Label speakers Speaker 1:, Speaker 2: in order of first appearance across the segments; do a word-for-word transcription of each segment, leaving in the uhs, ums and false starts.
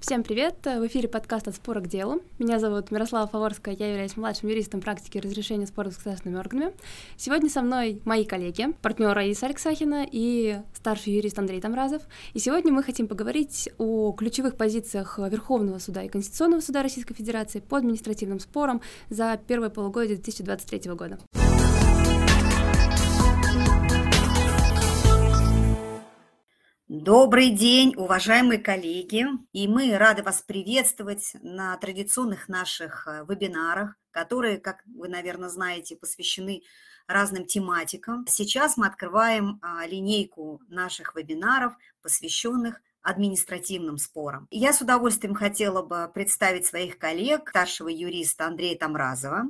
Speaker 1: Всем привет! В эфире подкаст «От спора к делу». Меня зовут Мирослава Фаворская, я являюсь младшим юристом практики разрешения споров с государственными органами. Сегодня со мной мои коллеги, партнер Раиса Алексахина и старший юрист Андрей Тамразов. И сегодня мы хотим поговорить о ключевых позициях Верховного суда и Конституционного суда Российской Федерации по административным спорам за первое полугодие две тысячи двадцать третьего года.
Speaker 2: Добрый день, уважаемые коллеги, и мы рады вас приветствовать на традиционных наших вебинарах, которые, как вы, наверное, знаете, посвящены разным тематикам. Сейчас мы открываем линейку наших вебинаров, посвященных административным спорам. Я с удовольствием хотела бы представить своих коллег, старшего юриста Андрея Тамразова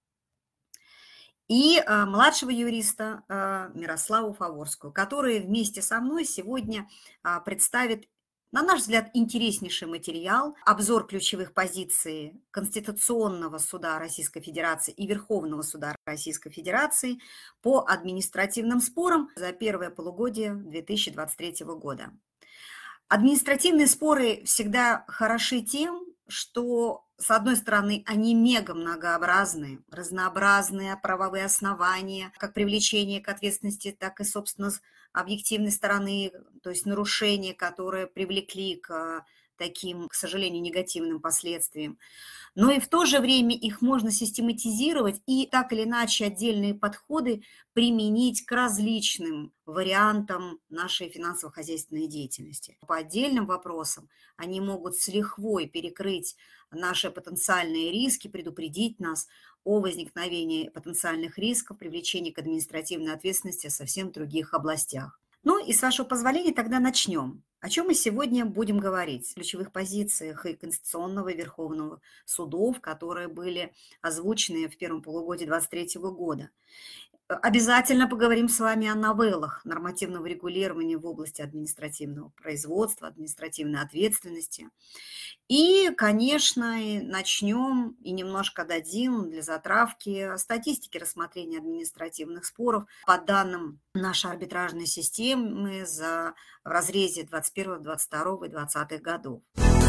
Speaker 2: и а, младшего юриста а, Мирославу Фаворскую, которые вместе со мной сегодня а, представят, на наш взгляд, интереснейший материал, обзор ключевых позиций Конституционного суда Российской Федерации и Верховного суда Российской Федерации по административным спорам за первое полугодие две тысячи двадцать третьего года. Административные споры всегда хороши тем, что, с одной стороны, они мега многообразны, разнообразные правовые основания, как привлечение к ответственности, так и, собственно, с объективной стороны, то есть нарушения, которые привлекли к таким, к сожалению, негативным последствиям. Но и в то же время их можно систематизировать и так или иначе отдельные подходы применить к различным вариантам нашей финансово-хозяйственной деятельности. По отдельным вопросам они могут с лихвой перекрыть наши потенциальные риски, предупредить нас о возникновении потенциальных рисков, привлечении к административной ответственности в совсем других областях. Ну и, с вашего позволения, тогда начнем. О чем мы сегодня будем говорить? О ключевых позициях и Конституционного, и Верховного судов, которые были озвучены в первом полугодии две тысячи двадцать третьего года. Обязательно поговорим с вами о новеллах нормативного регулирования в области административного производства, административной ответственности. И, конечно, начнем и немножко дадим для затравки статистики рассмотрения административных споров по данным нашей арбитражной системы за, в разрезе двадцать первого, двадцать второго и двадцатых годов.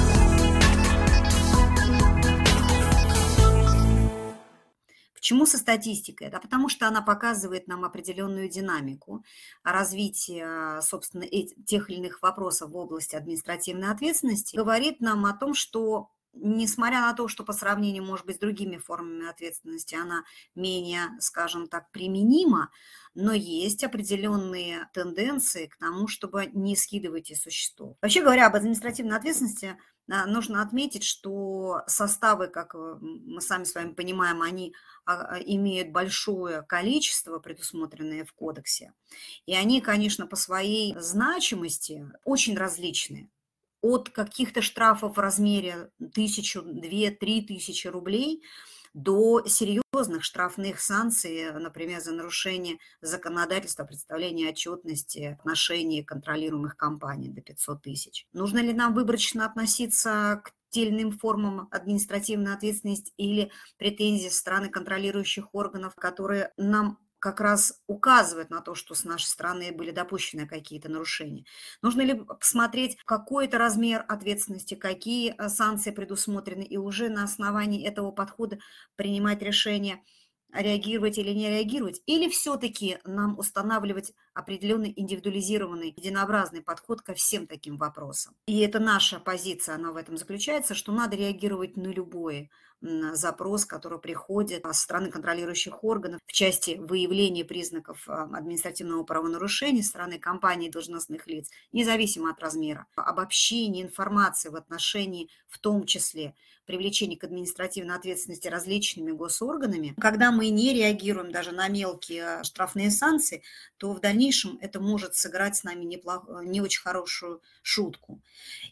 Speaker 2: Почему со статистикой? Да, потому что она показывает нам определенную динамику развития, собственно, тех или иных вопросов в области административной ответственности. Говорит нам о том, что, несмотря на то, что по сравнению, может быть, с другими формами ответственности она менее, скажем так, применима, но есть определенные тенденции к тому, чтобы не скидывать из существов. Вообще говоря, об административной ответственности нужно отметить, что составы, как мы сами с вами понимаем, они имеют большое количество, предусмотренное в кодексе, и они, конечно, по своей значимости очень различны. От каких-то штрафов в размере тысячу, две, три тысячи рублей до серьезных штрафных санкций, например, за нарушение законодательства, представления отчетности в отношении контролируемых компаний до пятисот тысяч. Нужно ли нам выборочно относиться к тем формам административной ответственности или претензий со стороны контролирующих органов, которые нам как раз указывает на то, что с нашей стороны были допущены какие-то нарушения. Нужно ли посмотреть какой-то размер ответственности, какие санкции предусмотрены, и уже на основании этого подхода принимать решение, реагировать или не реагировать, или все-таки нам устанавливать определенный индивидуализированный, единообразный подход ко всем таким вопросам. И это наша позиция, она в этом заключается, что надо реагировать на любой запрос, который приходит со стороны контролирующих органов в части выявления признаков административного правонарушения со стороны компаний и должностных лиц, независимо от размера, обобщение информации в отношении, в том числе, привлечения к административной ответственности различными госорганами. Когда мы не реагируем даже на мелкие штрафные санкции, то в дальнейшем это может сыграть с нами неплохо, не очень хорошую шутку.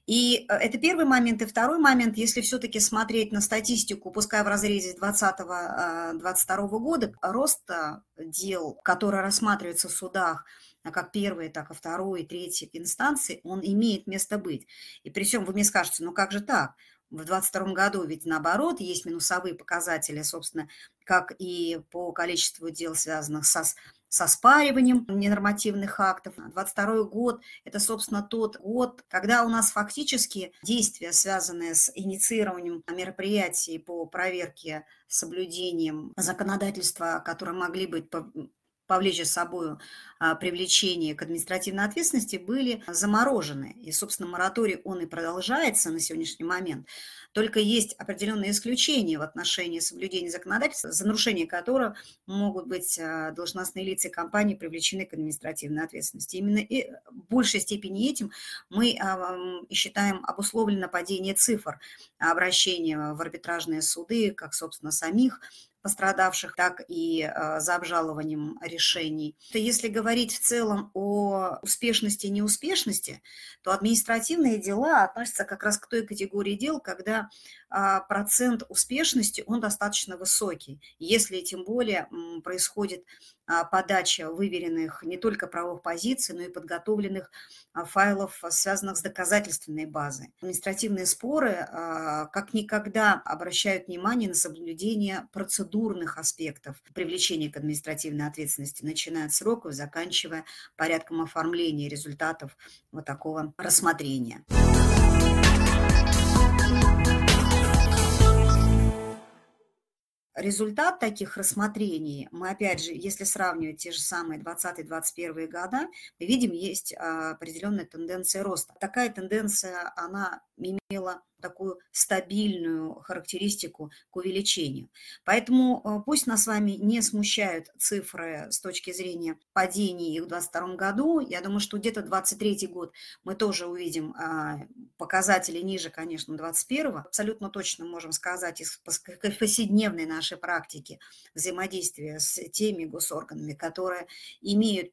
Speaker 2: И это первый момент. И второй момент, если все-таки смотреть на статистику, пускай в разрезе двадцатого — двадцать второго года, роста дел, которые рассматриваются в судах, как первой, так и второй, и третьей инстанции, он имеет место быть. И при всем вы мне скажете, ну как же так? В двадцать втором году ведь наоборот есть минусовые показатели, собственно, как и по количеству дел, связанных со с оспариванием ненормативных актов. двадцать второй год – это, собственно, тот год, когда у нас фактически действия, связанные с инициированием мероприятий по проверке соблюдением законодательства, которые могли быть повлечь за собой привлечение к административной ответственности, были заморожены. И, собственно, мораторий, он и продолжается на сегодняшний момент. Только есть определенные исключения в отношении соблюдения законодательства, за нарушение которого могут быть должностные лица и компании привлечены к административной ответственности. Именно и в большей степени этим мы и считаем обусловлено падение цифр обращения в арбитражные суды, как, собственно, самих пострадавших, так и э, за обжалованием решений. Если говорить в целом о успешности и неуспешности, то административные дела относятся как раз к той категории дел, когда э, процент успешности, он достаточно высокий. Если тем более м, происходит э, подача выверенных не только правовых позиций, но и подготовленных э, файлов, связанных с доказательственной базой. Административные споры э, как никогда обращают внимание на соблюдение процедур, аспектов привлечения к административной ответственности, начиная от сроков, заканчивая порядком оформления результатов вот такого рассмотрения. Результат таких рассмотрений, мы опять же, если сравнивать те же самые двадцатый-двадцать первый года, мы видим, есть определенная тенденция роста. Такая тенденция, она имела такую стабильную характеристику к увеличению. Поэтому пусть нас с вами не смущают цифры с точки зрения падения их в двадцать втором году. Я думаю, что где-то двадцать третий год мы тоже увидим показатели ниже, конечно, двадцать первого. Абсолютно точно можем сказать из повседневной нашей практики взаимодействия с теми госорганами, которые имеют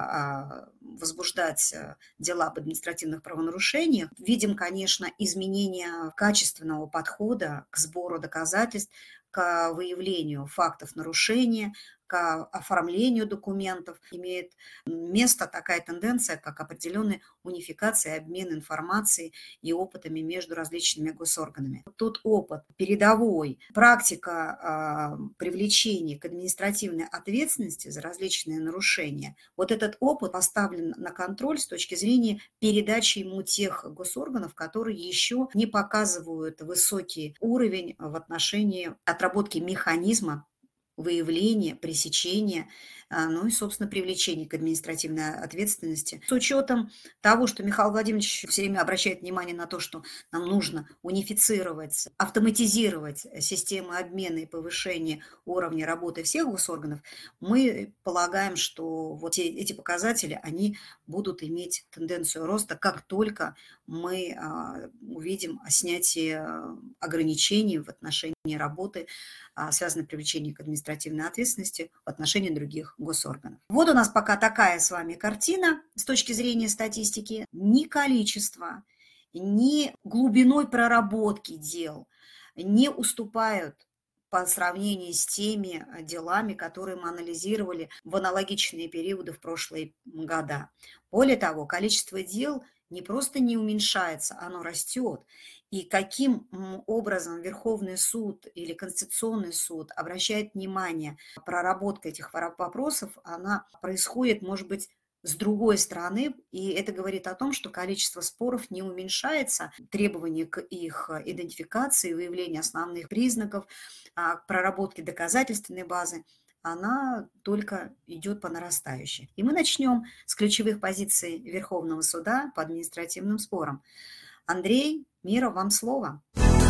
Speaker 2: право возбуждать дела об административных правонарушениях. Видим, конечно, изменения качественного подхода к сбору доказательств, к выявлению фактов нарушения, к оформлению документов. Имеет место такая тенденция, как определенная унификация, обмен информацией и опытами между различными госорганами. Тот опыт передовой, практика э, привлечения к административной ответственности за различные нарушения, вот этот опыт поставлен на контроль с точки зрения передачи ему тех госорганов, которые еще не показывают высокий уровень в отношении отработки механизма выявления, пресечения, ну и, собственно, привлечения к административной ответственности. С учетом того, что Михаил Владимирович все время обращает внимание на то, что нам нужно унифицировать, автоматизировать системы обмена и повышения уровня работы всех госорганов, мы полагаем, что вот эти показатели, они будут иметь тенденцию роста, как только мы увидим снятие ограничений в отношении работы, связанной с привлечением к административной ответственности в отношении других госорганов. Вот у нас пока такая с вами картина с точки зрения статистики. Ни количество, ни глубиной проработки дел не уступают по сравнению с теми делами, которые мы анализировали в аналогичные периоды в прошлые года. Более того, количество дел не просто не уменьшается, оно растет. И каким образом Верховный суд или Конституционный суд обращает внимание, проработка этих вопросов, она происходит, может быть, с другой стороны, и это говорит о том, что количество споров не уменьшается, требования к их идентификации, выявлению основных признаков, к проработке доказательственной базы, она только идет по нарастающей. И мы начнем с ключевых позиций Верховного суда по административным спорам. Андрей, Мира, вам слово.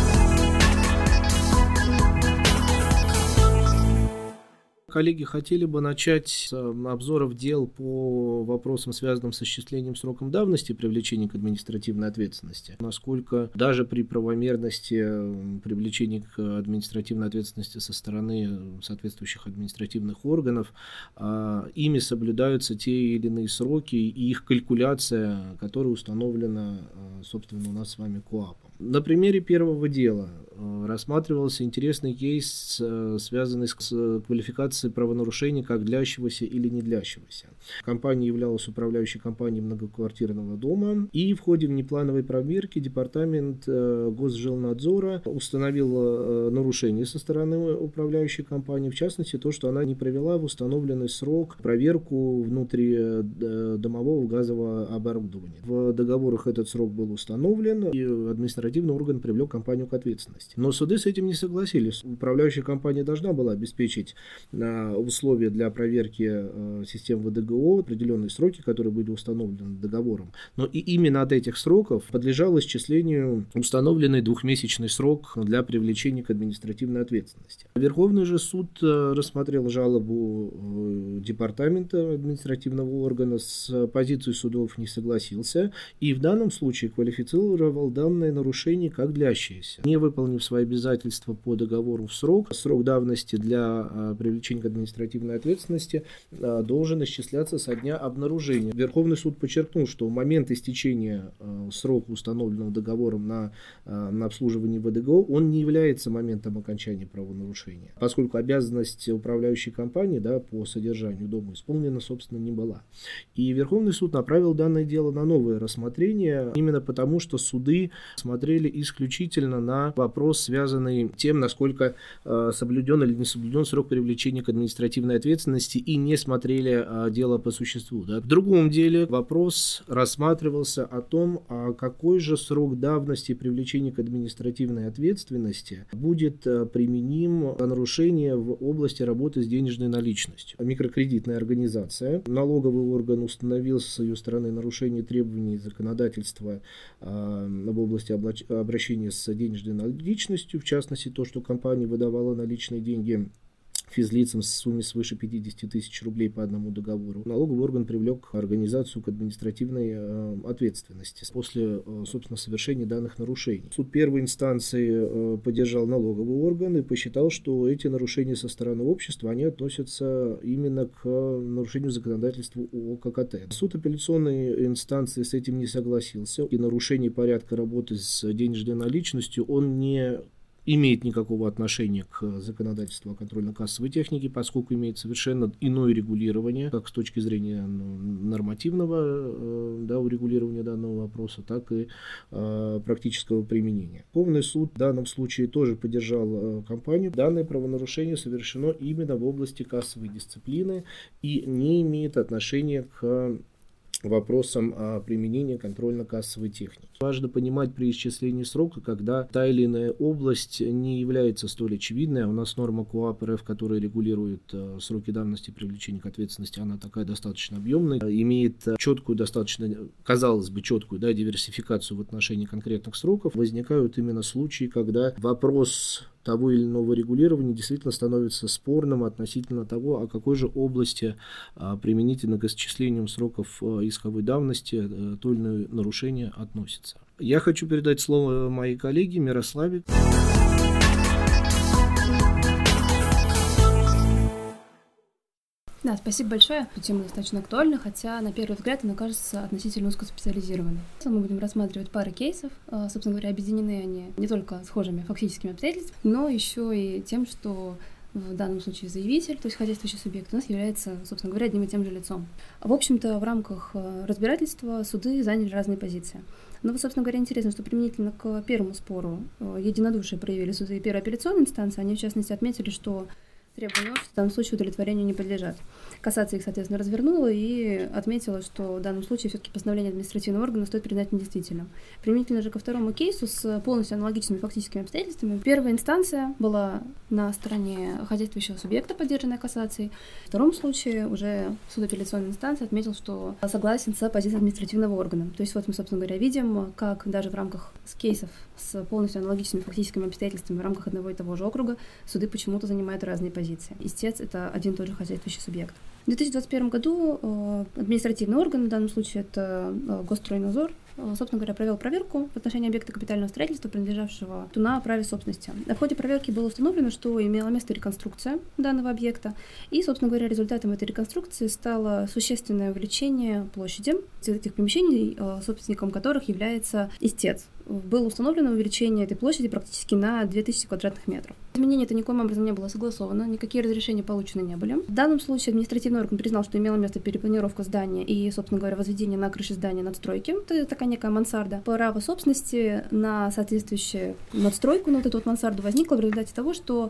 Speaker 3: Коллеги, хотели бы начать с обзоров дел по вопросам, связанным с исчислением сроком давности привлечения к административной ответственности. Насколько даже при правомерности привлечения к административной ответственности со стороны соответствующих административных органов, ими соблюдаются те или иные сроки и их калькуляция, которая установлена, собственно, у нас с вами КоАПом. На примере первого дела рассматривался интересный кейс, связанный с квалификацией правонарушения как длящегося или не длящегося. Компания являлась управляющей компанией многоквартирного дома, и в ходе внеплановой проверки департамент Госжилнадзора установил нарушение со стороны управляющей компании, в частности, то, что она не провела в установленный срок проверку внутридомового газового оборудования. В договорах этот срок был установлен, и административный орган привлек компанию к ответственности. Но суды с этим не согласились. Управляющая компания должна была обеспечить условия для проверки систем ВДГО, определенные сроки, которые были установлены договором. Но и именно от этих сроков подлежал исчислению установленный двухмесячный срок для привлечения к административной ответственности. Верховный же суд рассмотрел жалобу департамента административного органа, с позицией судов не согласился и в данном случае квалифицировал данное нарушение как длящееся. Не выполнив свои обязательства по договору в срок, срок давности для привлечения к административной ответственности должен исчисляться со дня обнаружения. Верховный суд подчеркнул, что в момент истечения срока, установленного договором на, на обслуживание ВДГО, он не является моментом окончания правонарушения, поскольку обязанность управляющей компании, да, по содержанию дома исполнена, собственно, не была. И Верховный суд направил данное дело на новое рассмотрение, именно потому, что суды смотрели исключительно на вопрос, связанный тем, насколько э, соблюден или не соблюден срок привлечения к административной ответственности, и не смотрели э, дело по существу. Да. В другом деле вопрос рассматривался о том, а какой же срок давности привлечения к административной ответственности будет э, применим за нарушение в области работы с денежной наличностью. Микрокредитная организация, налоговый орган установил с ее стороны нарушение требований законодательства э, в области обращения с денежной наличностью, в частности, то, что компания выдавала наличные деньги физлицам в сумме свыше пятьдесят тысяч рублей по одному договору. Налоговый орган привлек организацию к административной э, ответственности после, э, собственно, совершения данных нарушений. Суд первой инстанции э, поддержал налоговый орган и посчитал, что эти нарушения со стороны общества, они относятся именно к нарушению законодательства о ККТ. Суд апелляционной инстанции с этим не согласился, и нарушение порядка работы с денежной наличностью он не имеет никакого отношения к законодательству о контрольно-кассовой технике, поскольку имеет совершенно иное регулирование, как с точки зрения ну, нормативного да, урегулирования данного вопроса, так и э, практического применения. Верховный суд в данном случае тоже поддержал э, компанию. Данное правонарушение совершено именно в области кассовой дисциплины и не имеет отношения к вопросам о применении контрольно-кассовой техники. Важно понимать при исчислении срока, когда та или иная область не является столь очевидной. У нас норма КоАП РФ, которая регулирует э, сроки давности привлечения к ответственности, она такая достаточно объемная, имеет четкую, достаточно, казалось бы, четкую да, диверсификацию в отношении конкретных сроков. Возникают именно случаи, когда вопрос того или иного регулирования действительно становится спорным относительно того, о какой же области а, применительно к исчислению сроков а, исковой давности а, то или иное нарушение относится. Я хочу передать слово моей коллеге Мирославе.
Speaker 1: Да, спасибо большое. Тема достаточно актуальна, хотя на первый взгляд она кажется относительно узкоспециализированной. Мы будем рассматривать пары кейсов. Собственно говоря, объединены они не только схожими фактическими обстоятельствами, но еще и тем, что в данном случае заявитель, то есть хозяйствующий субъект, у нас является, собственно говоря, одним и тем же лицом. В общем-то, в рамках разбирательства суды заняли разные позиции. Но, собственно говоря, интересно, что применительно к первому спору единодушие проявили суды первой апелляционной инстанции. Они, в частности, отметили, что требования общества в данном случае удовлетворению не подлежат. Кассация их, соответственно, развернула и отметила, что в данном случае все-таки постановление административного органа стоит признать недействительным. Применительно же ко второму кейсу с полностью аналогичными фактическими обстоятельствами, первая инстанция была на стороне хозяйствующего субъекта, поддержанная кассацией. В втором случае уже суд апелляционной инстанции отметил, что согласен с позицией административного органа. То есть вот мы, собственно говоря, видим, как даже в рамках кейсов с полностью аналогичными фактическими обстоятельствами в рамках одного и того же округа суды почему-то занимают разные позиции. Истец — это один и тот же хозяйствующий субъект. В две тысячи двадцать первом году э, административный орган, в данном случае это э, Госстройнадзор, э, собственно говоря, провел проверку в отношении объекта капитального строительства, принадлежавшего на праве собственности. В ходе проверки было установлено, что имела место реконструкция данного объекта, и, собственно говоря, результатом этой реконструкции стало существенное увеличение площади этих помещений, э, собственником которых является истец. было установлено увеличение этой площади практически на две тысячи квадратных метров. Изменение это никоим образом не было согласовано, никакие разрешения получены не были. В данном случае административный орган признал, что имело место перепланировка здания и, собственно говоря, возведение на крыше здания надстройки. Это такая некая мансарда. Право собственности на соответствующую надстройку, на вот эту вот мансарду, возникло в результате того, что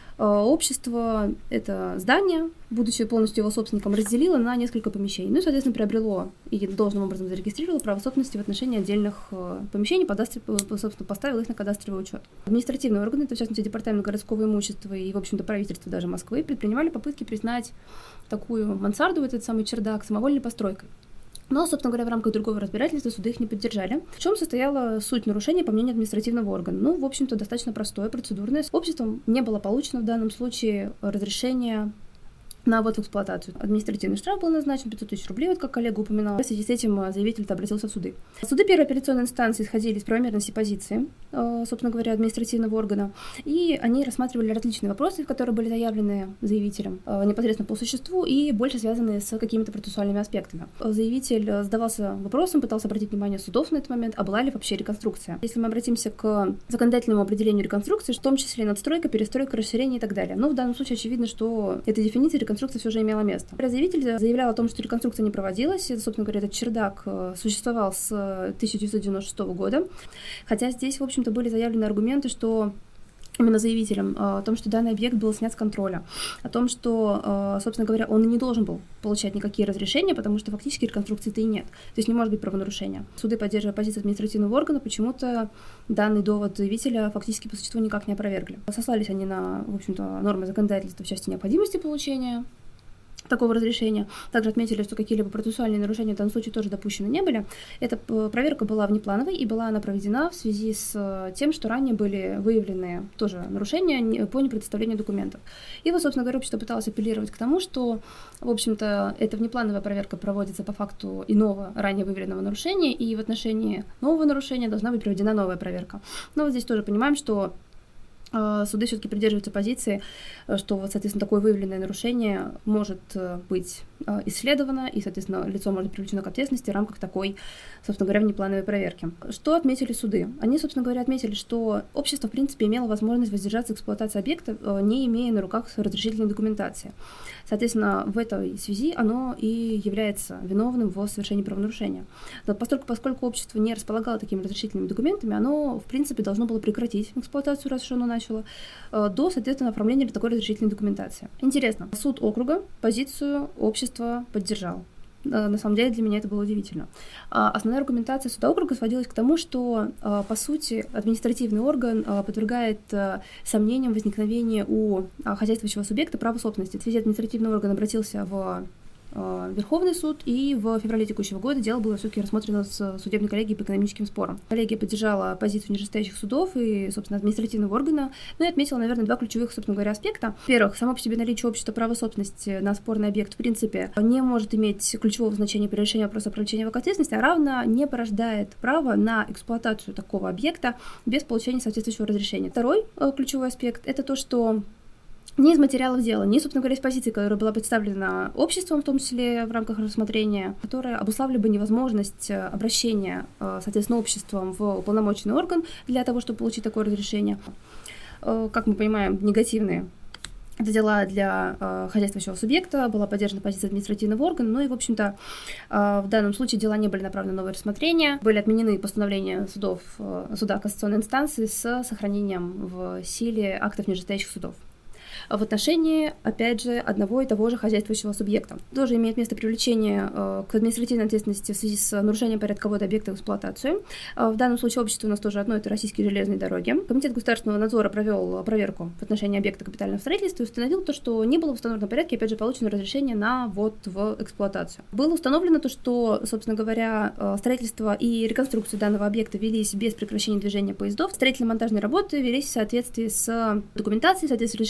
Speaker 1: общество это здание, будучи полностью его собственником, разделило на несколько помещений. Ну и, соответственно, приобрело и должным образом зарегистрировало право собственности в отношении отдельных помещений, собственно, поставило их на кадастровый учет. Административные органы, это в частности Департамент городского имущества и, в общем-то, правительство даже Москвы, предпринимали попытки признать такую мансарду, этот самый чердак, самовольной постройкой. Но, собственно говоря, в рамках другого разбирательства суды их не поддержали. В чем состояла суть нарушения, по мнению административного органа? Ну, в общем-то, достаточно простое, процедурное. Обществом не было получено в данном случае разрешение на ввод в эксплуатацию. Административный штраф был назначен пятьсот тысяч рублей, вот как коллега упоминала. В связи с этим заявитель обратился в суды. Суды первой апелляционной инстанции исходили из правомерности позиции, собственно говоря, административного органа, и они рассматривали различные вопросы, которые были заявлены заявителем непосредственно по существу и больше связанные с какими-то процессуальными аспектами. Заявитель задавался вопросом, пытался обратить внимание судов на этот момент, а была ли вообще реконструкция. Если мы обратимся к законодательному определению реконструкции, в том числе надстройка, перестройка, расширение и так далее. Но в данном случае очевидно, что эта дефиниция реконструкция Реконструкция все же имела место. Заявитель заявлял о том, что реконструкция не проводилась. Это, собственно говоря, этот чердак существовал с тысяча девятьсот девяносто шестого года. Хотя здесь, в общем-то, были заявлены аргументы, что именно заявителем о том, что данный объект был снят с контроля, о том, что, собственно говоря, он и не должен был получать никакие разрешения, потому что фактически реконструкции-то и нет. То есть не может быть правонарушения. Суды, поддерживая позицию административного органа, почему-то данный довод заявителя фактически по существу никак не опровергли. Сослались они на, в общем-то, нормы законодательства в части необходимости получения такого разрешения. Также отметили, что какие-либо процессуальные нарушения в данном случае тоже допущены не были. Эта проверка была внеплановой, и была она проведена в связи с тем, что ранее были выявлены тоже нарушения по непредоставлению документов. И вот, собственно говоря, общество пыталось апеллировать к тому, что, в общем-то, эта внеплановая проверка проводится по факту иного ранее выявленного нарушения, и в отношении нового нарушения должна быть проведена новая проверка. Но вот здесь тоже понимаем, что суды все-таки придерживаются позиции, что, вот, соответственно, такое выявленное нарушение может быть исследовано, и, соответственно, лицо может быть привлечено к ответственности в рамках такой, собственно говоря, внеплановой проверки. Что отметили суды? Они, собственно говоря, отметили, что общество, в принципе, имело возможность воздержаться от эксплуатации объекта, не имея на руках разрешительной документации. Соответственно, в этой связи оно и является виновным в совершении правонарушения. Но поскольку, поскольку общество не располагало такими разрешительными документами, оно, в принципе, должно было прекратить эксплуатацию, раз уж оно начало, до, соответственно, оформления такой разрешительной документации. Интересно, суд округа позицию общества поддержал. На самом деле для меня это было удивительно. Основная аргументация суда округа сводилась к тому, что, по сути, административный орган подвергает сомнениям возникновение у хозяйствующего субъекта права собственности. В связи административный орган обратился в Верховный суд, и в феврале текущего года дело было все-таки рассмотрено с судебной коллегией по экономическим спорам. Коллегия поддержала позицию нижестоящих судов и, собственно, административного органа, ну и отметила, наверное, два ключевых, собственно говоря, аспекта. Во-первых, само по себе наличие общества права собственности на спорный объект, в принципе, не может иметь ключевого значения при решении вопроса о привлечении к ответственности, а равно не порождает право на эксплуатацию такого объекта без получения соответствующего разрешения. Второй ключевой аспект – это то, что не из материалов дела, не, собственно говоря, из позиции, которая была представлена обществом, в том числе в рамках рассмотрения, которая обуславливала бы невозможность обращения, соответственно, обществом в уполномоченный орган для того, чтобы получить такое разрешение. Как мы понимаем, негативные это дела для э, хозяйствующего субъекта, была поддержана позиция административного органа, ну и, в общем-то, э, в данном случае дела не были направлены на новое рассмотрение, были отменены постановления судов, э, суда кассационной инстанции с сохранением в силе актов нижестоящих судов в отношении, опять же, одного и того же хозяйствующего субъекта. Тоже имеет место привлечение э, к административной ответственности в связи с нарушением порядка ввода объекта в эксплуатацию. Э, в данном случае общество у нас тоже одно, это Российские железные дороги. Комитет государственного надзора провел проверку в отношении объекта капитального строительства и установил то, что не было в установленном порядке, опять же, получено разрешение на ввод в эксплуатацию. Было установлено то, что, собственно говоря, строительство и реконструкция данного объекта велись без прекращения движения поездов. Строительно-монтажные работы велись в соответствии с документацией, в соответствии с решением строительства,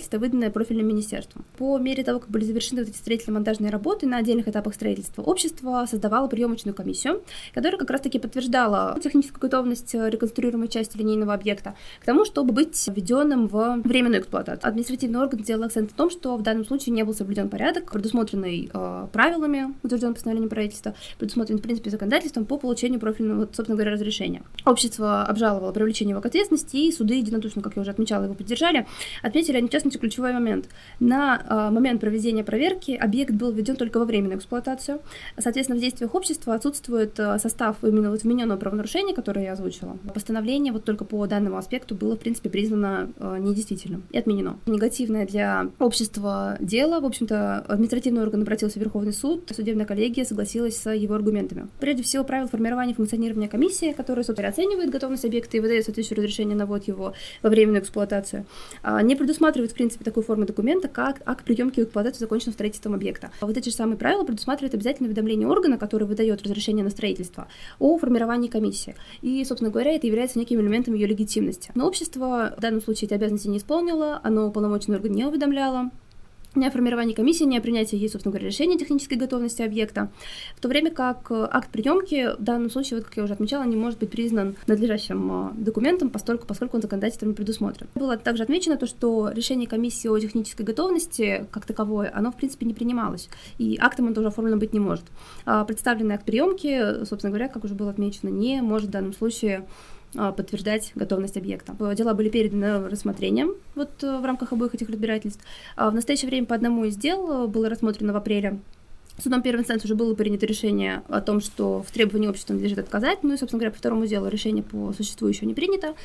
Speaker 1: строительства, выданное профильным министерством. По мере того, как были завершены вот эти строительно-монтажные работы на отдельных этапах строительства, общество создавало приемочную комиссию, которая как раз-таки подтверждала техническую готовность реконструируемой части линейного объекта к тому, чтобы быть введенным в временную эксплуатацию. Административный орган сделал акцент на том, что в данном случае не был соблюден порядок, предусмотренный э, правилами, утвержденным постановлением правительства, предусмотрен, в принципе, законодательством по получению профильного, собственно говоря, разрешения. Общество обжаловало привлечение его к ответственности, и суды единодушно, как я уже отмечала, его поддержали. Отметили они, в частности, ключевой момент. На э, момент проведения проверки объект был введен только во временную эксплуатацию. Соответственно, в действиях общества отсутствует э, состав именно вот вмененного правонарушения, которое я озвучила. Постановление вот только по данному аспекту было, в принципе, признано э, недействительным и отменено. Негативное для общества дело, в общем-то, административный орган обратился в Верховный суд, судебная коллегия согласилась с его аргументами. Прежде всего, правила формирования и функционирования комиссии, которая, собственно, оценивает готовность объекта и выдает соответствующее разрешение на ввод его во временную эксплуатацию, не предусматривает, в принципе, такой формы документа, как акт приемки в эксплуатацию законченного строительством объекта. Вот эти же самые правила предусматривают обязательное уведомление органа, который выдает разрешение на строительство, о формировании комиссии. И, собственно говоря, это является неким элементом ее легитимности. Но общество в данном случае эти обязанности не исполнило, оно уполномоченный орган не уведомляло ни о формировании комиссии, ни о принятии ей, собственно говоря, решения технической готовности объекта, в то время как акт приемки в данном случае, вот как я уже отмечала, не может быть признан надлежащим документом, поскольку, поскольку он законодательством не предусмотрен. Было также отмечено то, что решение комиссии о технической готовности, как таковое, оно, в принципе, не принималось, и актом он тоже оформлено быть не может. А представленный акт приемки, собственно говоря, как уже было отмечено, не может в данном случае подтверждать готовность объекта. Дела были переданы на рассмотрение вот, в рамках обоих этих разбирательств. В настоящее время по одному из дел было рассмотрено в апреле. Судом первой инстанции уже было принято решение о том, что в требовании общества надлежит отказать. Ну и, собственно говоря, по второму делу решение по существу еще не принято.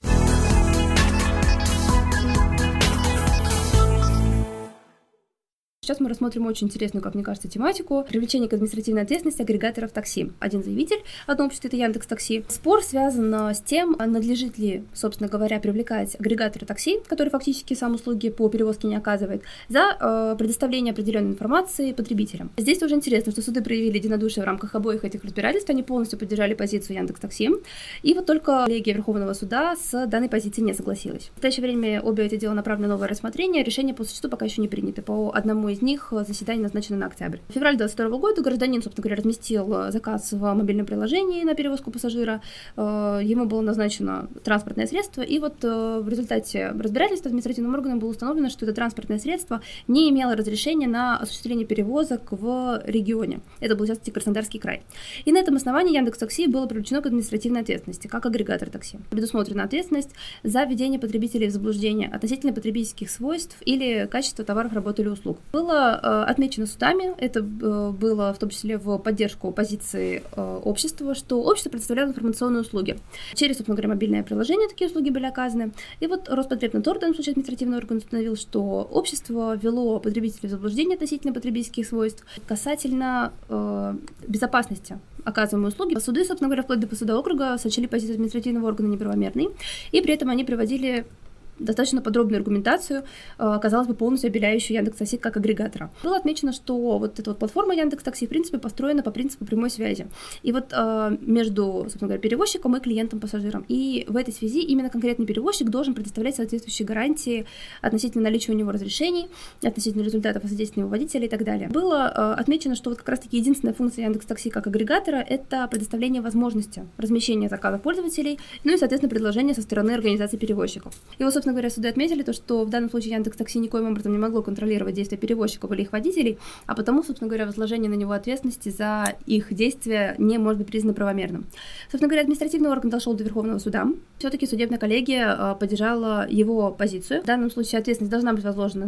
Speaker 1: Сейчас мы рассмотрим очень интересную, как мне кажется, тематику привлечения к административной ответственности агрегаторов такси. Один заявитель, одно общество — это Яндекс.Такси. Спор связан с тем, надлежит ли, собственно говоря, привлекать агрегаторы такси, которые фактически сам услуги по перевозке не оказывает, за э, предоставление определенной информации потребителям. Здесь тоже интересно, что суды проявили единодушие в рамках обоих этих разбирательств, они полностью поддержали позицию Яндекс.Такси, и вот только коллегия Верховного суда с данной позицией не согласилась. В настоящее время обе эти дела направлены на новое рассмотрение, решение по существу пока еще не принято. По одному из них заседание назначено на октябрь. В феврале двадцать второго года гражданин, собственно говоря, разместил заказ в мобильном приложении на перевозку пассажира. Ему было назначено транспортное средство, и вот в результате разбирательства административным органом было установлено, что это транспортное средство не имело разрешения на осуществление перевозок в регионе. Это был, сейчас, Краснодарский край. И на этом основании Яндекс.Такси было привлечено к административной ответственности, как агрегатор такси. Предусмотрена ответственность за введение потребителей в заблуждение относительно потребительских свойств или качества товаров, работы или услуг. Было отмечено судами, это было в том числе в поддержку позиции общества, что общество предоставляло информационные услуги. Через, собственно говоря, мобильное приложение такие услуги были оказаны. И вот Роспотребнадзор, в данном случае административный орган, установил, что общество ввело потребителей в заблуждение относительно потребительских свойств касательно э, безопасности оказываемой услуги. Суды, собственно говоря, вплоть до суда округа сочли позицию административного органа неправомерной, и при этом они приводили достаточно подробную аргументацию, казалось бы, полностью обеляющую Яндекс.Такси как агрегатора. Было отмечено, что вот эта вот платформа Яндекс.Такси, в принципе, построена по принципу прямой связи. И вот между, собственно говоря, перевозчиком и клиентом-пассажиром. И в этой связи именно конкретный перевозчик должен предоставлять соответствующие гарантии относительно наличия у него разрешений, относительно результатов освидетельствования водителя и так далее. Было отмечено, что вот как раз-таки единственная функция Яндекс.Такси как агрегатора — это предоставление возможности размещения заказов пользователей, ну и, соответственно, предложения со стороны организации перевозчиков. И вот, собственно говоря, суды отметили то, что в данном случае Яндекс.Такси никоим образом не могло контролировать действия перевозчиков или их водителей, а потому, собственно говоря, возложение на него ответственности за их действия не может быть признано правомерным. Собственно говоря, административный орган дошел до Верховного суда. Все-таки судебная коллегия поддержала его позицию. В данном случае ответственность должна быть возложена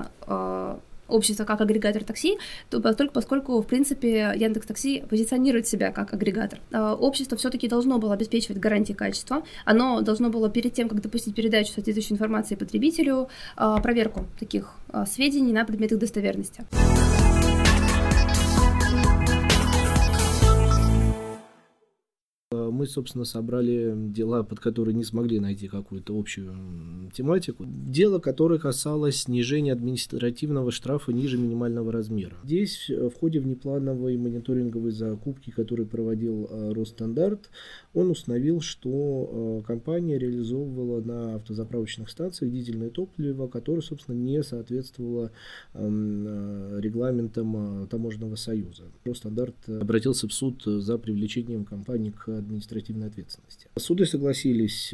Speaker 1: на общество как агрегатор такси, только поскольку, в принципе, Яндекс.Такси позиционирует себя как агрегатор. Общество все-таки должно было обеспечивать гарантии качества, оно должно было перед тем, как допустить передачу соответствующей информации потребителю, проверку таких сведений на предмет их достоверности.
Speaker 3: Мы мы, собственно, собрали дела, под которые не смогли найти какую-то общую тематику. Дело, которое касалось снижения административного штрафа ниже минимального размера. Здесь в ходе внеплановой мониторинговой закупки, которую проводил Росстандарт, он установил, что компания реализовывала на автозаправочных станциях дизельное топливо, которое, собственно, не соответствовало регламентам Таможенного союза. Росстандарт обратился в суд за привлечением компании к административной ответственности. Суды согласились,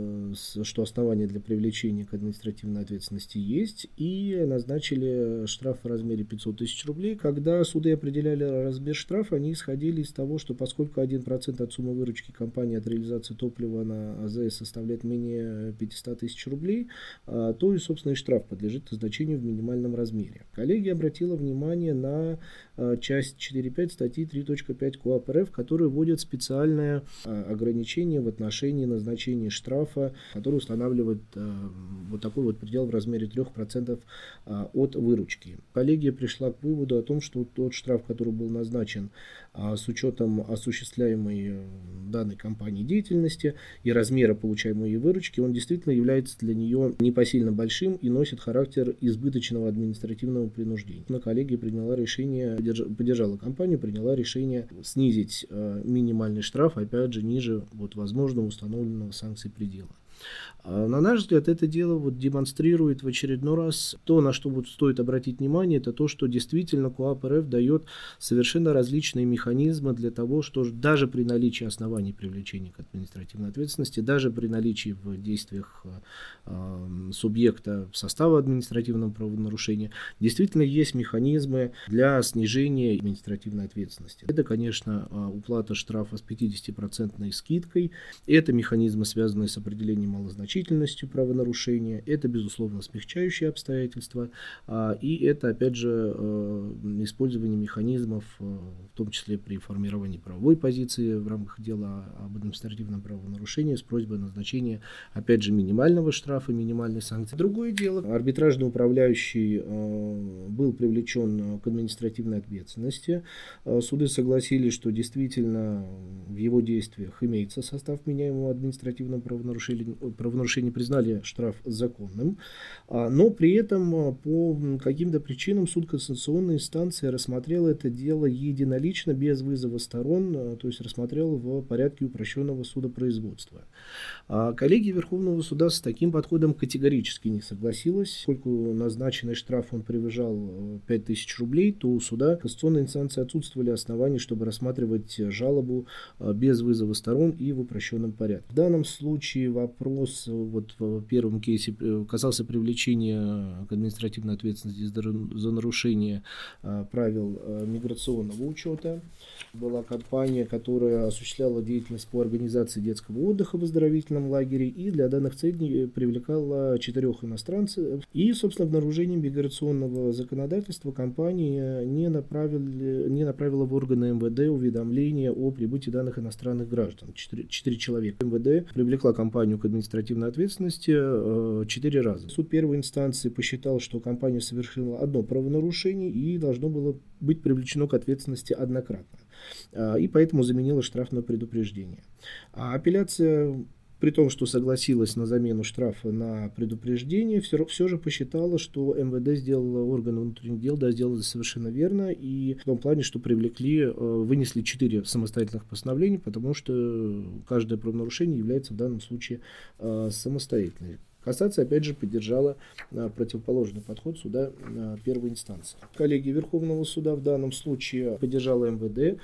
Speaker 3: что основания для привлечения к административной ответственности есть, и назначили штраф в размере пятьсот тысяч рублей. Когда суды определяли размер штрафа, они исходили из того, что поскольку один процент от суммы выручки компании от реализации топлива на АЗС составляет менее пятьсот тысяч рублей, то и, собственно, и штраф подлежит назначению в минимальном размере. Коллегия обратила внимание на часть четыре точка пять статьи три точка пять КоАП РФ, которая вводит специальное ограничение в отношении назначения штрафа, который устанавливает вот такой вот предел в размере трех процентов от выручки. Коллегия пришла к выводу о том, что тот штраф, который был назначен с учетом осуществляемой данной компанией деятельности и размера получаемой выручки, он действительно является для нее непосильно большим и носит характер избыточного административного принуждения. Но коллегия приняла решение, поддержала компанию, приняла решение снизить минимальный штраф, опять же, ниже вот возможного установленного санкций предела. На наш взгляд, это дело вот демонстрирует в очередной раз то, на что вот стоит обратить внимание, это то, что действительно КоАП РФ дает совершенно различные механизмы для того, что даже при наличии оснований привлечения к административной ответственности, даже при наличии в действиях э, субъекта состава административного правонарушения, действительно есть механизмы для снижения административной ответственности. Это, конечно, уплата штрафа с пятидесятипроцентной скидкой, это механизмы, связанные с определением малозначительностью правонарушения, это, безусловно, смягчающие обстоятельства, и это, опять же, использование механизмов, в том числе при формировании правовой позиции в рамках дела об административном правонарушении с просьбой назначения, опять же, минимального штрафа, минимальной санкции. Другое дело, арбитражный управляющий был привлечен к административной ответственности. Суды согласились, что действительно в его действиях имеется состав вменяемого административного правонарушения, правонарушение признали штраф законным, но при этом по каким-то причинам суд кассационной инстанции рассмотрел это дело единолично, без вызова сторон, то есть рассмотрел в порядке упрощенного судопроизводства. Коллегия Верховного суда с таким подходом категорически не согласилась. Поскольку назначенный штраф он превышал пять тысяч рублей, то у суда кассационной инстанции отсутствовали основания, чтобы рассматривать жалобу без вызова сторон и в упрощенном порядке. В данном случае вопрос вот в первом кейсе касался привлечения к административной ответственности за нарушение правил миграционного учета. Была компания, которая осуществляла деятельность по организации детского отдыха в оздоровительном лагере и для данных целей привлекала четырех иностранцев. И, собственно, в нарушении миграционного законодательства компания не, направили, не направила в органы МВД уведомление о прибытии данных иностранных граждан. Четыре, четыре человека. МВД привлекла компанию к административной ответственности четыре раза. Суд первой инстанции посчитал, что компания совершила одно правонарушение и должно было быть привлечено к ответственности однократно. И поэтому заменила штраф на предупреждение. А апелляция, при том, что согласилась на замену штрафа на предупреждение, все, все же посчитала, что МВД сделала, органы внутренних дел, да, сделали совершенно верно, и в том плане, что привлекли, вынесли четыре самостоятельных постановления, потому что каждое правонарушение является в данном случае самостоятельным. Кассация, опять же, поддержала противоположный подход суда первой инстанции. Коллегия Верховного суда в данном случае поддержала МВД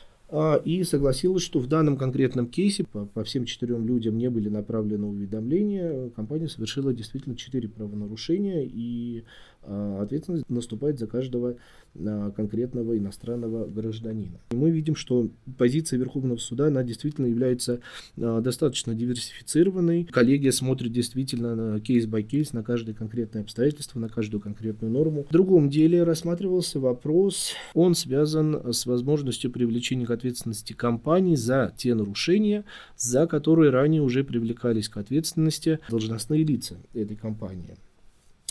Speaker 3: и согласилась, что в данном конкретном кейсе по, по всем четырем людям не были направлены уведомления. Компания совершила действительно четыре правонарушения, и а, ответственность наступает за каждого а, конкретного иностранного гражданина. И мы видим, что позиция Верховного суда, она действительно является а, достаточно диверсифицированной. Коллегия смотрит действительно на кейс-бай-кейс, на каждое конкретное обстоятельство, на каждую конкретную норму. В другом деле рассматривался вопрос, он связан с возможностью привлечения к ответственности компаний за те нарушения, за которые ранее уже привлекались к ответственности должностные лица этой компании.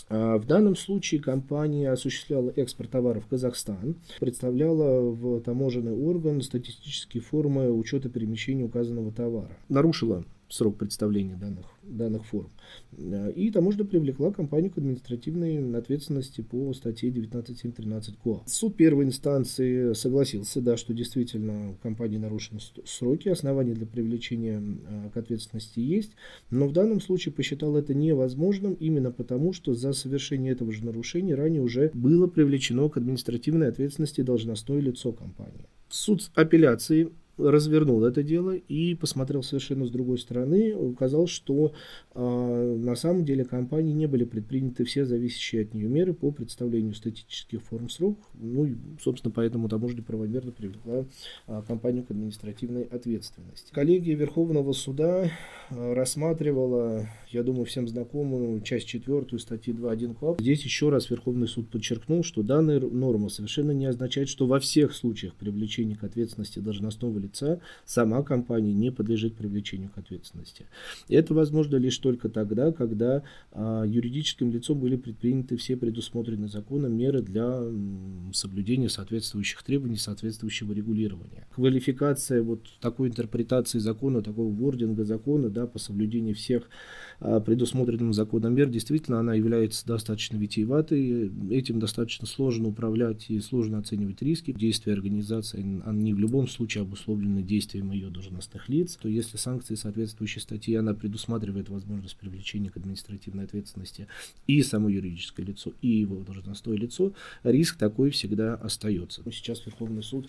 Speaker 3: В данном случае компания осуществляла экспорт товаров в Казахстан, представляла в таможенный орган статистические формы учета перемещения указанного товара, нарушила срок представления данных, данных форм. И таможня привлекла компанию к административной ответственности по статье девятнадцать семь тринадцать КоАП. Суд первой инстанции согласился, да, что действительно у компании нарушены сроки, основания для привлечения к ответственности есть, но в данном случае посчитал это невозможным именно потому, что за совершение этого же нарушения ранее уже было привлечено к административной ответственности должностное лицо компании. Суд апелляции развернул это дело и посмотрел совершенно с другой стороны, указал, что э, на самом деле компании не были предприняты все зависящие от нее меры по представлению статистических форм срок, ну и, собственно, поэтому таможня правомерно привлекла э, компанию к административной ответственности. Коллегия Верховного суда э, рассматривала, я думаю, всем знакомую часть четвертую статьи два точка один КоАП. Здесь еще раз Верховный суд подчеркнул, что данная норма совершенно не означает, что во всех случаях привлечения к ответственности должностного лица сама компания не подлежит привлечению к ответственности. Это возможно лишь только тогда, когда а, юридическим лицом были предприняты все предусмотренные законом меры для м, соблюдения соответствующих требований, соответствующего регулирования. Квалификация вот такой интерпретации закона, такого вординга закона, да, по соблюдению всех а, предусмотренных законом мер, действительно она является достаточно витиеватой. Этим достаточно сложно управлять и сложно оценивать риски. Действия организации, они в любом случае обусловлены действием ее должностных лиц, то если санкции соответствующей статьи, она предусматривает возможность привлечения к административной ответственности и само юридическое лицо, и его должностное лицо, риск такой всегда остается. Сейчас Верховный суд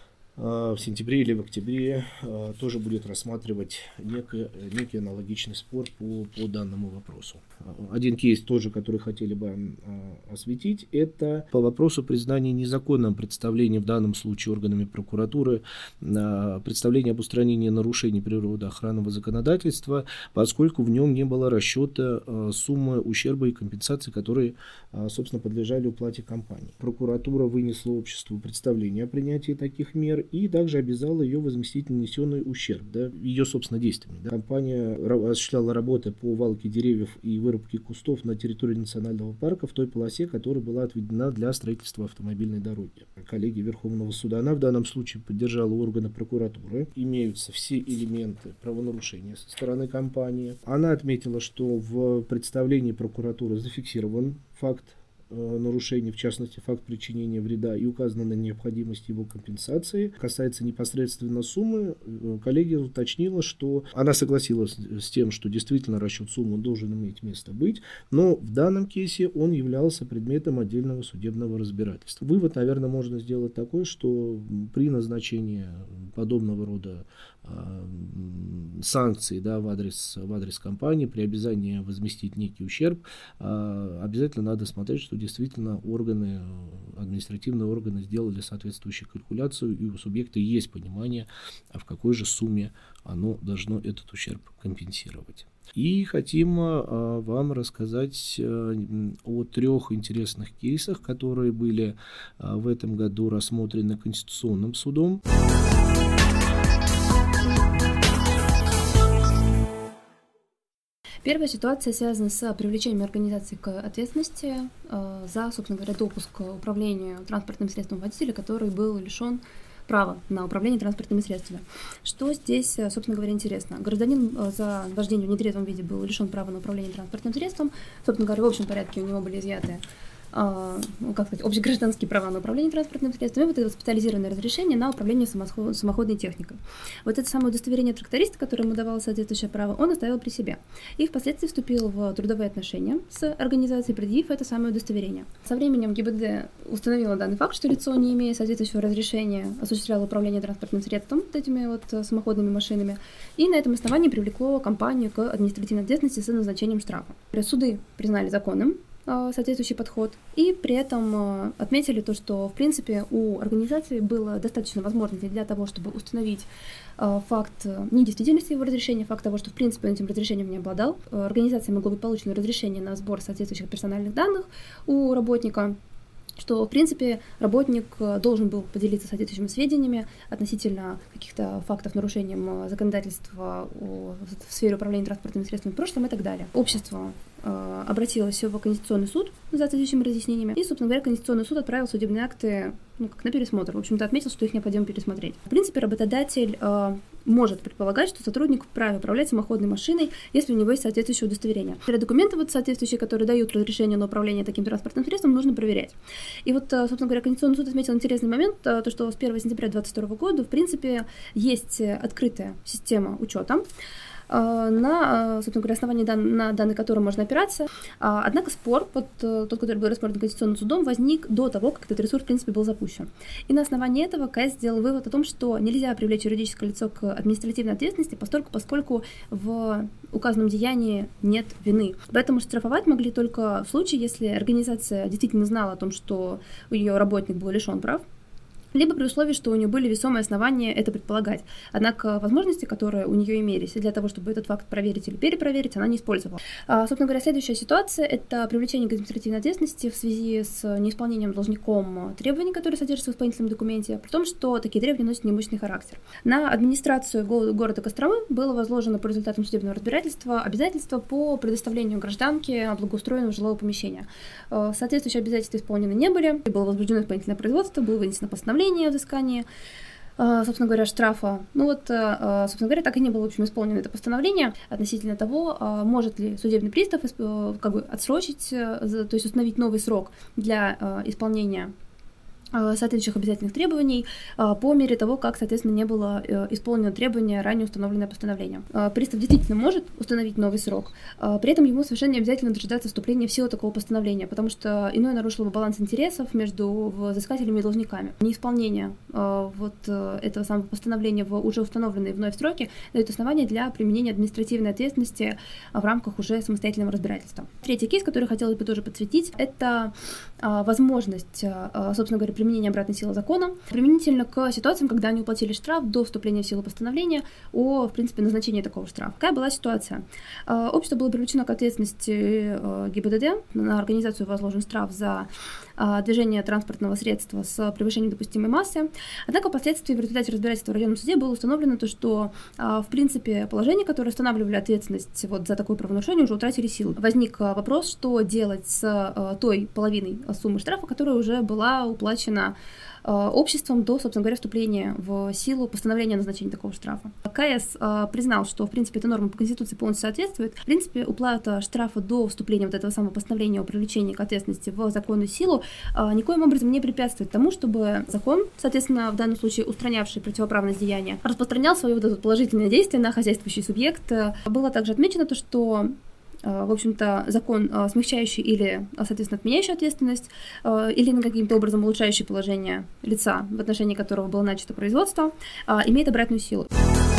Speaker 3: в сентябре или в октябре тоже будет рассматривать некий, некий аналогичный спор по, по данному вопросу. Один кейс тоже, который хотели бы осветить, это по вопросу признания незаконным представлением, в данном случае органами прокуратуры, представления об устранении нарушений природоохранного законодательства, поскольку в нем не было расчета суммы ущерба и компенсаций, которые, собственно, подлежали уплате компании. Прокуратура вынесла обществу представление о принятии таких мер и также обязала ее возместить нанесенный ущерб, да, ее, собственно, действиями. Да. Компания осуществляла работы по валке деревьев и вырубке кустов на территории национального парка в той полосе, которая была отведена для строительства автомобильной дороги. Коллегия Верховного суда, она в данном случае поддержала органы прокуратуры. Имеются все элементы правонарушения со стороны компании. Она отметила, что в представлении прокуратуры зафиксирован факт нарушений, в частности, факт причинения вреда, и указана на необходимость его компенсации. Касается непосредственно суммы, коллегия уточнила, что она согласилась с тем, что действительно расчет суммы должен иметь место быть, но в данном кейсе он являлся предметом отдельного судебного разбирательства. Вывод, наверное, можно сделать такой, что при назначении подобного рода санкций, да, в адрес, в адрес компании, при обязании возместить некий ущерб, обязательно надо смотреть, что действительно органы, административные органы сделали соответствующую калькуляцию, и у субъекта есть понимание, в какой же сумме оно должно этот ущерб компенсировать. И хотим а, вам рассказать а, о трех интересных кейсах, которые были а, в этом году рассмотрены Конституционным судом.
Speaker 1: Первая ситуация связана с привлечением организации к ответственности э, за, собственно говоря, допуск к управлению транспортным средством водителя, который был лишен права на управление транспортными средствами. Что здесь, собственно говоря, интересно? Гражданин за вождение в нетрезвом виде был лишен права на управление транспортным средством. Собственно говоря, в общем порядке у него были изъяты ну, как сказать, общегражданские права на управление транспортным средством, и вот это специализированное разрешение на управление самоход, самоходной техникой. Вот это самое удостоверение тракториста, которое ему давало соответствующее право, он оставил при себе. И впоследствии вступил в трудовые отношения с организацией, предъявив это самое удостоверение. Со временем ГИБДД установила данный факт, что лицо, не имея соответствующего разрешения, осуществляло управление транспортным средством, вот этими вот самоходными машинами, и на этом основании привлекло компанию к административной ответственности с назначением штрафа. Суды признали законным соответствующий подход, и при этом отметили то, что, в принципе, у организации было достаточно возможностей для того, чтобы установить факт недействительности его разрешения, факт того, что, в принципе, он этим разрешением не обладал. Организации могло быть получено разрешение на сбор соответствующих персональных данных у работника, что, в принципе, работник должен был поделиться соответствующими сведениями относительно каких-то фактов нарушением законодательства в сфере управления транспортными средствами в прошлом и так далее. Общество э, обратилось в Конституционный суд за соответствующими разъяснениями, и, собственно говоря, Конституционный суд отправил судебные акты ну, как на пересмотр. В общем-то, отметил, что их необходимо пересмотреть. В принципе, работодатель э, может предполагать, что сотрудник вправе управлять самоходной машиной, если у него есть соответствующее удостоверение. Документы вот соответствующие, которые дают разрешение на управление таким транспортным средством, нужно проверять. И вот, собственно говоря, Конституционный суд отметил интересный момент, то, что с первого сентября две тысячи двадцать второго года, в принципе, есть открытая система учета, на, собственно говоря, основании дан, на данные которой можно опираться. Однако спор, под, тот, который был рассмотрен Конституционным судом, возник до того, как этот ресурс, в принципе, был запущен. И на основании этого КС сделал вывод о том, что нельзя привлечь юридическое лицо к административной ответственности, поскольку, поскольку в указанном деянии нет вины. Поэтому штрафовать могли только в случае, если организация действительно знала о том, что ее работник был лишен прав, либо при условии, что у нее были весомые основания это предполагать. Однако возможности, которые у нее имелись для того, чтобы этот факт проверить или перепроверить, она не использовала. А, собственно говоря, следующая ситуация – это привлечение к административной ответственности в связи с неисполнением должником требований, которые содержатся в исполнительном документе, при том, что такие требования носят неимущественный характер. На администрацию го- города Костромы было возложено по результатам судебного разбирательства обязательство по предоставлению гражданке благоустроенного жилого помещения. А, соответствующие обязательства исполнены не были, было возбуждено исполнительное производство, было вынесено постановление о взыскании, собственно говоря, штрафа. Ну вот, собственно говоря, так и не было, в общем, исполнено это постановление относительно того, может ли судебный пристав как бы отсрочить, то есть установить новый срок для исполнения соответствующих обязательных требований по мере того, как, соответственно, не было исполнено требование, ранее установленное постановлением. Пристав действительно может установить новый срок, при этом ему совершенно не обязательно дожидаться вступления в силу такого постановления, потому что иное нарушило бы баланс интересов между взыскателями и должниками. Неисполнение вот этого самого постановления в уже установленные вновь сроки дает основание для применения административной ответственности в рамках уже самостоятельного разбирательства. Третий кейс, который хотелось бы тоже подсветить, это возможность, собственно говоря, применения обратной силы закона применительно к ситуациям, когда они уплатили штраф до вступления в силу постановления о, в принципе, назначении такого штрафа. Какая была ситуация? Общество было привлечено к ответственности ГИБДД, на организацию возложен штраф за движение транспортного средства с превышением допустимой массы. Однако впоследствии в результате разбирательства в районном суде было установлено то, что, в принципе, положения, которые устанавливали ответственность вот за такое правонарушение, уже утратили силу. Возник вопрос, что делать с той половиной суммы штрафа, которая уже была уплачена обществом до, собственно говоря, вступления в силу постановления о назначении такого штрафа. КС э, признал, что, в принципе, эта норма по Конституции полностью соответствует. В принципе, уплата штрафа до вступления вот этого самого постановления о привлечении к ответственности в законную силу э, никоим образом не препятствует тому, чтобы закон, соответственно, в данном случае устранявший противоправность деяния, распространял свое вот это положительное действие на хозяйствующий субъект. Было также отмечено то, что в общем-то, закон, смягчающий или, соответственно, отменяющий ответственность, или каким-то образом улучшающий положение лица, в отношении которого было начато производство, имеет обратную силу.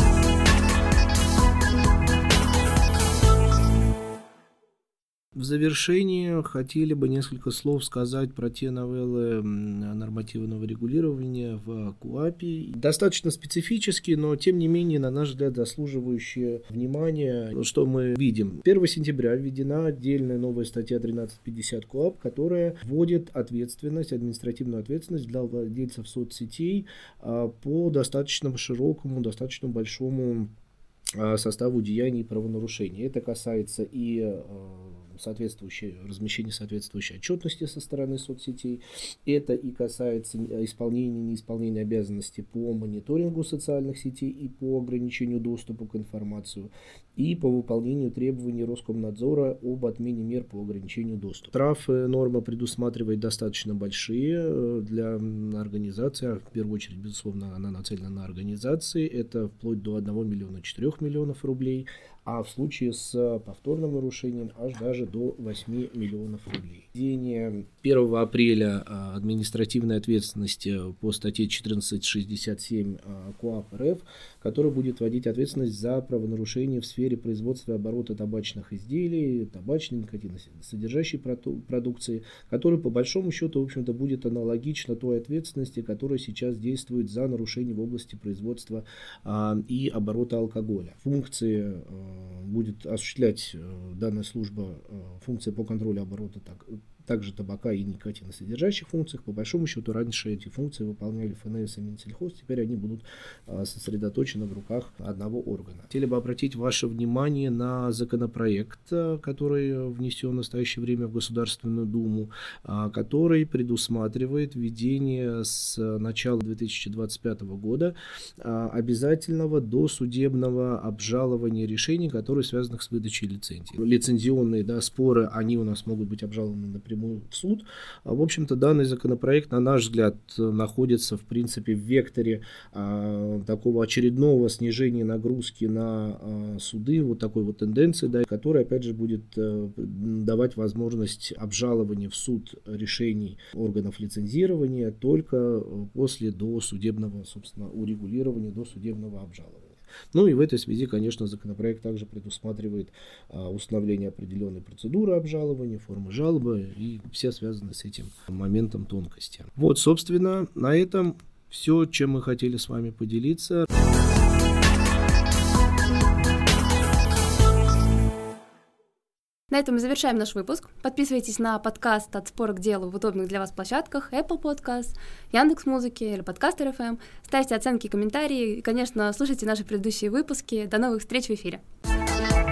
Speaker 3: В завершение хотели бы несколько слов сказать про те новеллы нормативного регулирования в КоАПе. Достаточно специфические, но тем не менее, на наш взгляд, заслуживающие внимания. Что мы видим? первого сентября введена отдельная новая статья тринадцать пятьдесят КоАП, которая вводит ответственность, административную ответственность для владельцев соцсетей по достаточно широкому, достаточно большому составу деяний и правонарушений. Это касается и соответствующее, размещение соответствующей отчетности со стороны соцсетей. Это и касается исполнения и неисполнения обязанностей по мониторингу социальных сетей и по ограничению доступа к информации, и по выполнению требований Роскомнадзора об отмене мер по ограничению доступа. Штрафы норма предусматривает достаточно большие для организации, а в первую очередь, безусловно, она нацелена на организации. Это вплоть до одного миллиона четырёх миллионов рублей, а в случае с повторным нарушением аж даже до восьми миллионов рублей. Введение первого апреля административной ответственности по статье четырнадцать шестьдесят семь КоАП РФ, который будет вводить ответственность за правонарушение в сфере производства и оборота табачных изделий, табачной, никотиносодержащей продукции, который по большому счету, в общем-то, будет аналогично той ответственности, которая сейчас действует за нарушение в области производства и оборота алкоголя. Функции будет осуществлять данная служба функции по контролю оборота так, также табака и никотиносодержащих функциях. По большому счету, раньше эти функции выполняли ФНС и Минсельхоз, теперь они будут сосредоточены в руках одного органа. Хотели бы обратить ваше внимание на законопроект, который внесен в настоящее время в Государственную Думу, который предусматривает введение с начала две тысячи двадцать пятого года обязательного досудебного обжалования решений, которые связаны с выдачей лицензий. Лицензионные, да, споры, они у нас могут быть обжалованы напрямую в суд. В общем-то, данный законопроект, на наш взгляд, находится, в принципе, в векторе а, такого очередного снижения нагрузки на а, суды, вот такой вот тенденции, да, которая, опять же, будет а, давать возможность обжалования в суд решений органов лицензирования только после досудебного, собственно, урегулирования, досудебного обжалования. Ну и в этой связи, конечно, законопроект также предусматривает а, установление определенной процедуры обжалования, формы жалобы и все связанные с этим моментом тонкости. Вот, собственно, на этом все, чем мы хотели с вами поделиться.
Speaker 1: На этом мы завершаем наш выпуск. Подписывайтесь на подкаст «От спора к делу» в удобных для вас площадках Apple Podcast, Яндекс.Музыки или Подкастер эф эм. Ставьте оценки, комментарии и, конечно, слушайте наши предыдущие выпуски. До новых встреч в эфире!